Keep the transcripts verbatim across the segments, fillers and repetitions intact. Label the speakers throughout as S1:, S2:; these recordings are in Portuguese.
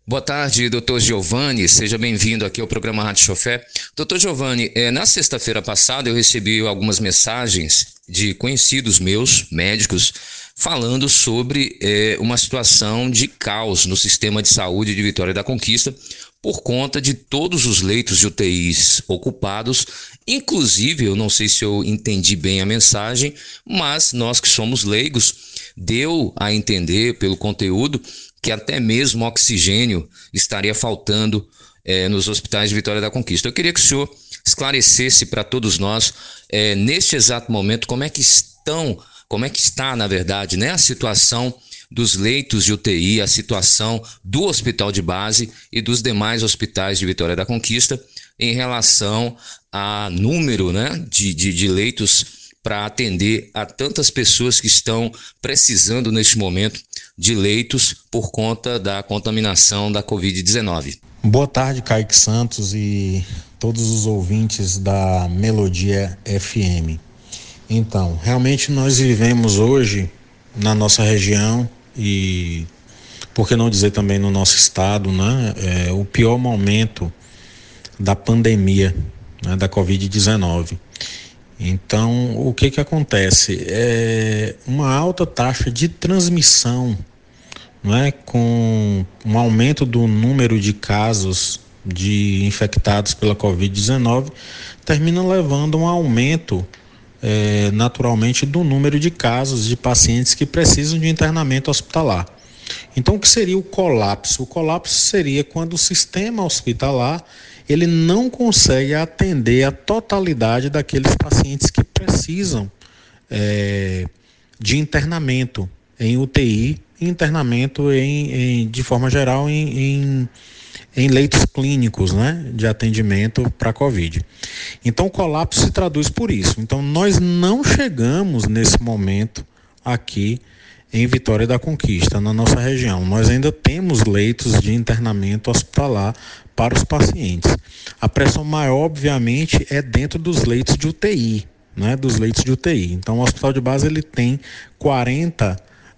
S1: Boa tarde, doutor Giovanni. Seja bem-vindo aqui ao programa Rádio Chofé. doutor Giovanni, eh, na sexta-feira passada eu recebi algumas mensagens de conhecidos meus, médicos, falando sobre eh, uma situação de caos no sistema de saúde de Vitória da Conquista por conta de todos os leitos de U T Is ocupados. Inclusive, eu não sei se eu entendi bem a mensagem, mas nós que somos leigos, deu a entender pelo conteúdo que até mesmo oxigênio estaria faltando eh, nos hospitais de Vitória da Conquista. Eu queria que o senhor esclarecesse para todos nós, eh, neste exato momento, como é que estão, como é que está, na verdade, né, a situação dos leitos de U T I, a situação do hospital de base e dos demais hospitais de Vitória da Conquista em relação a número, né, de, de, de leitos para atender a tantas pessoas que estão precisando neste momento de leitos por conta da contaminação da covid dezenove.
S2: Boa tarde, Kaique Santos e todos os ouvintes da Melodia F M. Então, realmente nós vivemos hoje na nossa região e, por que não dizer também no nosso estado, né, é, o pior momento da pandemia, né, da covid dezenove. Então, o que que acontece? É uma alta taxa de transmissão, não é? Com um aumento do número de casos de infectados pela covid dezenove, termina levando a um aumento, é, naturalmente, do número de casos de pacientes que precisam de internamento hospitalar. Então, o que seria o colapso? O colapso seria quando o sistema hospitalar ele não consegue atender a totalidade daqueles pacientes que precisam é, de internamento em U T I, internamento em, em, de forma geral em, em, em leitos clínicos, né, de atendimento para a Covid. Então o colapso se traduz por isso. Então nós não chegamos nesse momento aqui em Vitória da Conquista, na nossa região. Nós ainda temos leitos de internamento hospitalar para os pacientes. A pressão maior, obviamente, é dentro dos leitos de U T I, né? Dos leitos de U T I. Então, o hospital de base ele tem quarenta,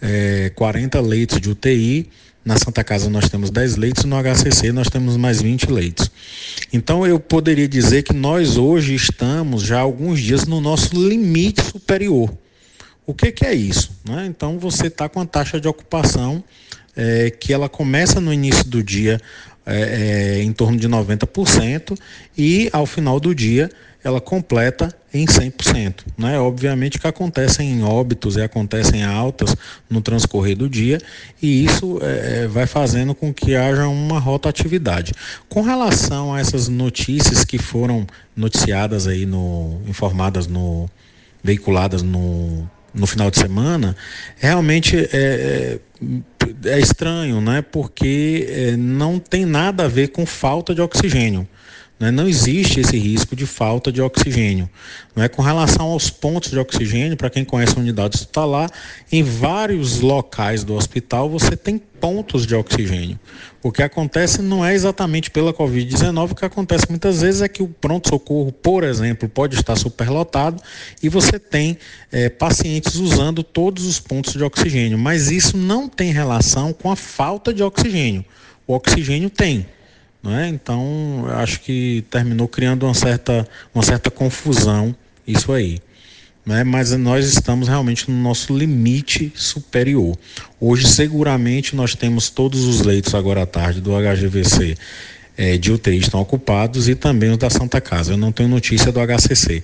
S2: é, quarenta leitos de U T I. Na Santa Casa nós temos dez leitos, no H C C nós temos mais vinte leitos. Então, eu poderia dizer que nós hoje estamos já há alguns dias no nosso limite superior. O que que é isso? Né? Então, você está com a taxa de ocupação é, que ela começa no início do dia é, é, em torno de noventa por cento e ao final do dia ela completa em cem por cento. Né? Obviamente que acontecem óbitos e acontecem altas no transcorrer do dia e isso é, vai fazendo com que haja uma rotatividade. Com relação a essas notícias que foram noticiadas aí, no, informadas, no, veiculadas no no final de semana, realmente é, é estranho, né? Porque é, não tem nada a ver com falta de oxigênio. Né? Não existe esse risco de falta de oxigênio. Não é? Com relação aos pontos de oxigênio, para quem conhece a unidade hospitalar, em vários locais do hospital você tem pontos de oxigênio. O que acontece não é exatamente pela covid dezenove, o que acontece muitas vezes é que o pronto-socorro, por exemplo, pode estar superlotado e você tem é, pacientes usando todos os pontos de oxigênio, mas isso não tem relação com a falta de oxigênio. O oxigênio tem. Não é? Então, acho que terminou criando uma certa, uma certa confusão isso aí. Né? Mas nós estamos realmente no nosso limite superior. Hoje, seguramente, nós temos todos os leitos agora à tarde do H G V C é, de U T I estão ocupados e também os da Santa Casa. Eu não tenho notícia do H C C,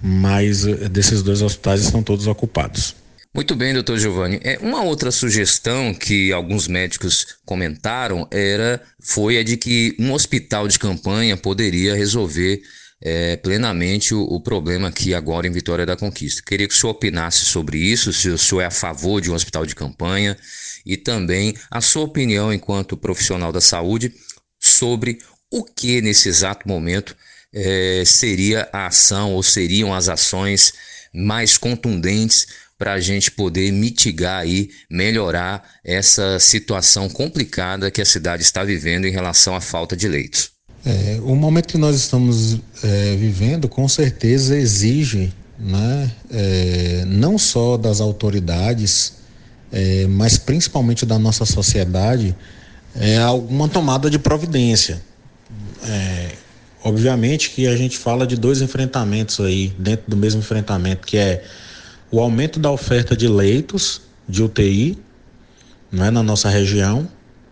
S2: mas desses dois hospitais estão todos ocupados.
S1: Muito bem, doutor Giovanni. É, uma outra sugestão que alguns médicos comentaram era, foi a de que um hospital de campanha poderia resolver é, plenamente o, o problema aqui agora em Vitória da Conquista. Queria que o senhor opinasse sobre isso, se o senhor é a favor de um hospital de campanha e também a sua opinião enquanto profissional da saúde sobre o que nesse exato momento é, seria a ação ou seriam as ações mais contundentes para a gente poder mitigar e melhorar essa situação complicada que a cidade está vivendo em relação à falta de leitos.
S2: É, o momento que nós estamos é, vivendo, com certeza exige, né, é, não só das autoridades, é, mas principalmente da nossa sociedade, é, alguma tomada de providência. É, obviamente que a gente fala de dois enfrentamentos aí, dentro do mesmo enfrentamento, que é o aumento da oferta de leitos de U T I, não é, na nossa região,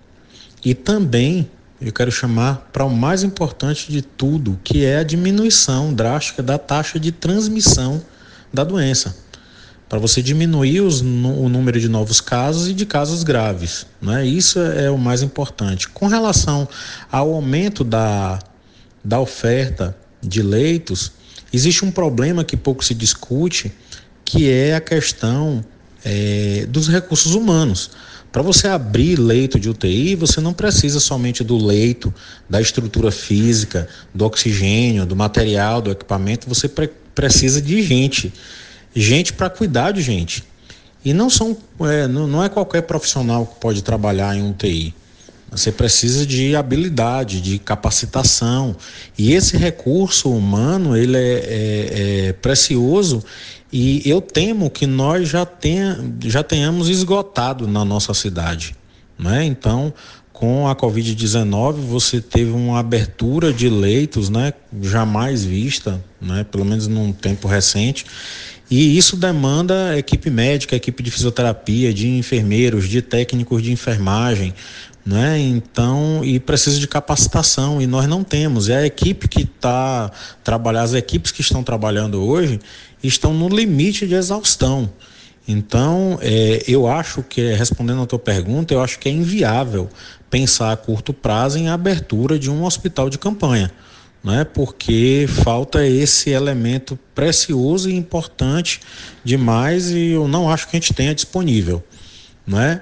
S2: e também eu quero chamar para o mais importante de tudo, que é a diminuição drástica da taxa de transmissão da doença, para você diminuir os, o número de novos casos e de casos graves, né? Isso é o mais importante. Com relação ao aumento da, da oferta de leitos, existe um problema que pouco se discute, que é a questão é, dos recursos humanos. Para você abrir leito de U T I, você não precisa somente do leito, da estrutura física, do oxigênio, do material, do equipamento, você pre- precisa de gente. Gente para cuidar de gente. E não, são, é, não, não é qualquer profissional que pode trabalhar em U T I. Você precisa de habilidade, de capacitação. E esse recurso humano, ele é, é, é precioso, e eu temo que nós já, tenha, já tenhamos esgotado na nossa cidade, né? Então, com a covid dezenove, você teve uma abertura de leitos, né, jamais vista, né, pelo menos num tempo recente. E isso demanda equipe médica, equipe de fisioterapia, de enfermeiros, de técnicos de enfermagem, né? Então, e precisa de capacitação, e nós não temos. E a equipe que está trabalhando, as equipes que estão trabalhando hoje estão no limite de exaustão. Então, é, eu acho que, respondendo a tua pergunta, eu acho que é inviável pensar a curto prazo em abertura de um hospital de campanha, né? Porque falta esse elemento precioso e importante demais, e eu não acho que a gente tenha disponível, né?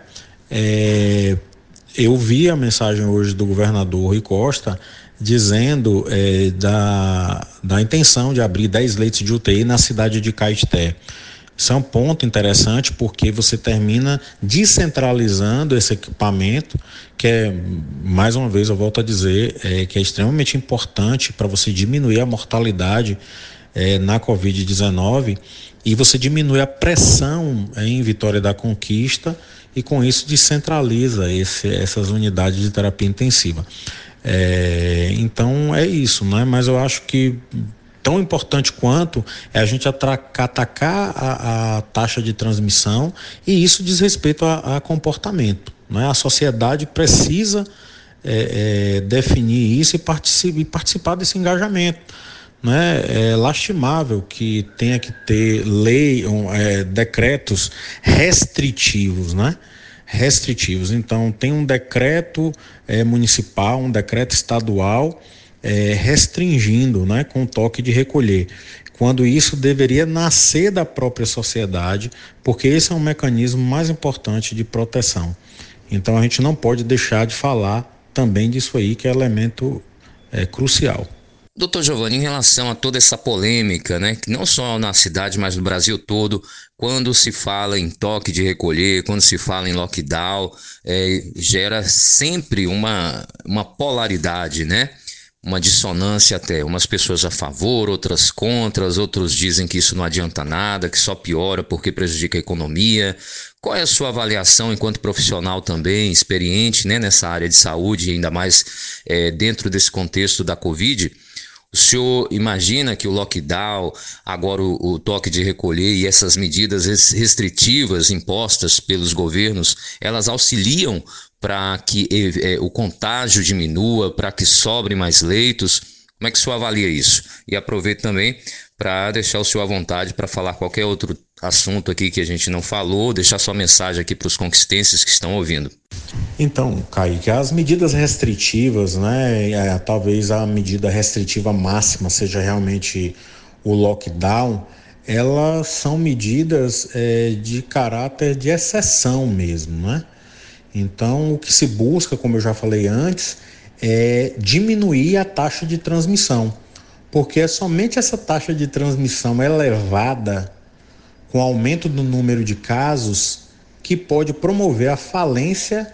S2: É, eu vi a mensagem hoje do governador Rui Costa dizendo é, da, da intenção de abrir dez leitos de U T I na cidade de Caetité. Isso é um ponto interessante, porque você termina descentralizando esse equipamento, que é, mais uma vez eu volto a dizer, é, que é extremamente importante para você diminuir a mortalidade é, na covid dezenove, e você diminui a pressão em Vitória da Conquista, e com isso descentraliza esse, essas unidades de terapia intensiva. É, então é isso, né? Mas eu acho que tão importante quanto é a gente atacar a, a taxa de transmissão, e isso diz respeito a, a comportamento, né? A sociedade precisa é, é, definir isso e, participe, e participar desse engajamento, né? É lastimável que tenha que ter lei, é, decretos restritivos, né? restritivos. Então, tem um decreto é, municipal, um decreto estadual é, restringindo, né, com toque de recolher, quando isso deveria nascer da própria sociedade, porque esse é um mecanismo mais importante de proteção. Então, a gente não pode deixar de falar também disso aí, que é elemento é, crucial.
S1: Doutor Giovanni, em relação a toda essa polêmica, né, que não só na cidade, mas no Brasil todo, quando se fala em toque de recolher, quando se fala em lockdown, é, gera sempre uma, uma polaridade, né? Uma dissonância até, umas pessoas a favor, outras contra, outros dizem que isso não adianta nada, que só piora porque prejudica a economia. Qual é a sua avaliação enquanto profissional também, experiente, né, nessa área de saúde, ainda mais é, dentro desse contexto da Covid? O senhor imagina que o lockdown, agora o, o toque de recolher e essas medidas restritivas impostas pelos governos, elas auxiliam para que eh, o contágio diminua, para que sobre mais leitos? Como é que o senhor avalia isso? E aproveito também para deixar o senhor à vontade para falar qualquer outro assunto aqui que a gente não falou, deixar sua mensagem aqui para os conquistenses que estão ouvindo.
S2: Então, Kaique, as medidas restritivas, né, é, talvez a medida restritiva máxima seja realmente o lockdown, elas são medidas é, de caráter de exceção mesmo, né? Então, o que se busca, como eu já falei antes, é diminuir a taxa de transmissão, porque é somente essa taxa de transmissão elevada, com aumento do número de casos, que pode promover a falência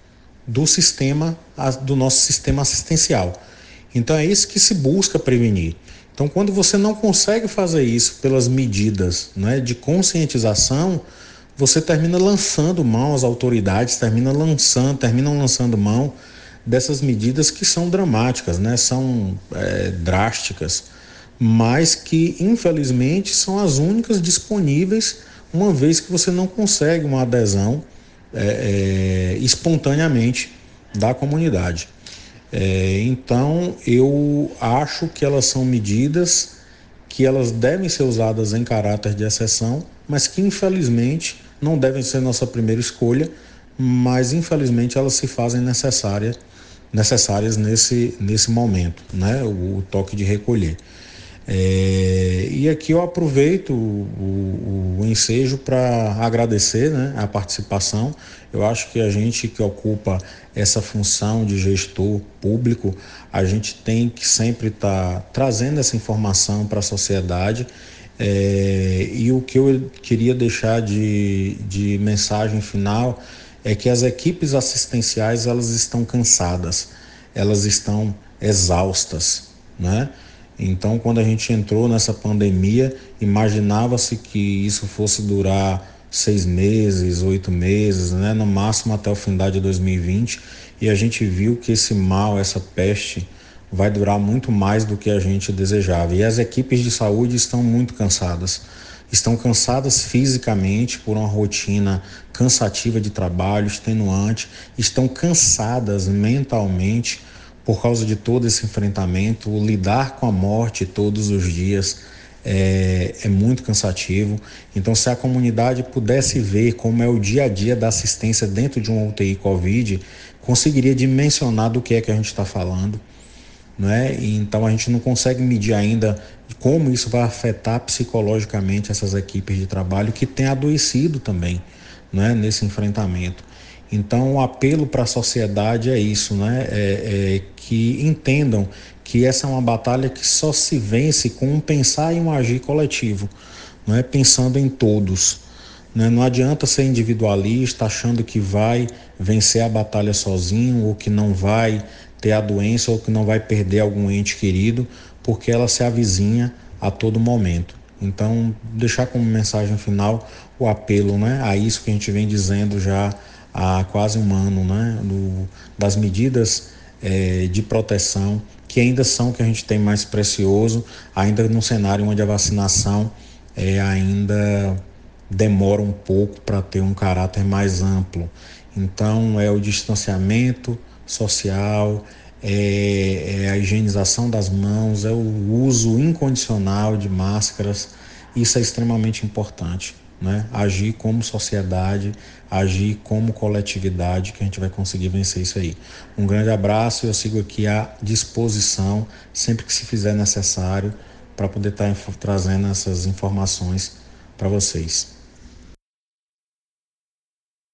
S2: do sistema, do nosso sistema assistencial. Então é isso que se busca prevenir. Então, quando você não consegue fazer isso pelas medidas, né, de conscientização, você termina lançando mão, as autoridades terminam lançando, terminam lançando mão dessas medidas que são dramáticas, né? São é, drásticas, mas que infelizmente são as únicas disponíveis, uma vez que você não consegue uma adesão é, é, espontaneamente da comunidade. É, então eu acho que elas são medidas que elas devem ser usadas em caráter de exceção, mas que infelizmente não devem ser nossa primeira escolha, mas infelizmente elas se fazem necessárias, necessárias nesse, nesse momento, né? O, o toque de recolher. É, e aqui eu aproveito o, o, o ensejo para agradecer, né, a participação. Eu acho que a gente que ocupa essa função de gestor público, a gente tem que sempre estar tá trazendo essa informação para a sociedade. É, e o que eu queria deixar de, de mensagem final é que as equipes assistenciais elas estão cansadas, elas estão exaustas, né? Então, quando a gente entrou nessa pandemia, imaginava-se que isso fosse durar seis meses, oito meses, né? No máximo até o final de dois mil e vinte, e a gente viu que esse mal, essa peste, vai durar muito mais do que a gente desejava. E as equipes de saúde estão muito cansadas. Estão cansadas fisicamente por uma rotina cansativa de trabalho, extenuante, estão cansadas mentalmente por causa de todo esse enfrentamento. O lidar com a morte todos os dias é, é muito cansativo. Então, se a comunidade pudesse ver como é o dia a dia da assistência dentro de uma U T I Covid, conseguiria dimensionar do que é que a gente está falando, né? E então a gente não consegue medir ainda como isso vai afetar psicologicamente essas equipes de trabalho que têm adoecido também, né, nesse enfrentamento. Então o apelo para a sociedade é isso, né? É, é que entendam que essa é uma batalha que só se vence com um pensar e um agir coletivo, não é pensando em todos. Né? Não adianta ser individualista achando que vai vencer a batalha sozinho ou que não vai ter a doença ou que não vai perder algum ente querido, porque ela se avizinha a todo momento. Então, deixar como mensagem final o apelo, né, a isso que a gente vem dizendo já há quase um ano, né, do, das medidas eh, de proteção, que ainda são o que a gente tem mais precioso, ainda num cenário onde a vacinação eh, ainda demora um pouco para ter um caráter mais amplo. Então, é o distanciamento social, é, é a higienização das mãos, é o uso incondicional de máscaras. Isso é extremamente importante, né? Agir como sociedade, agir como coletividade, que a gente vai conseguir vencer isso aí. Um grande abraço, eu sigo aqui à disposição, sempre que se fizer necessário, para poder estar trazendo essas informações para vocês.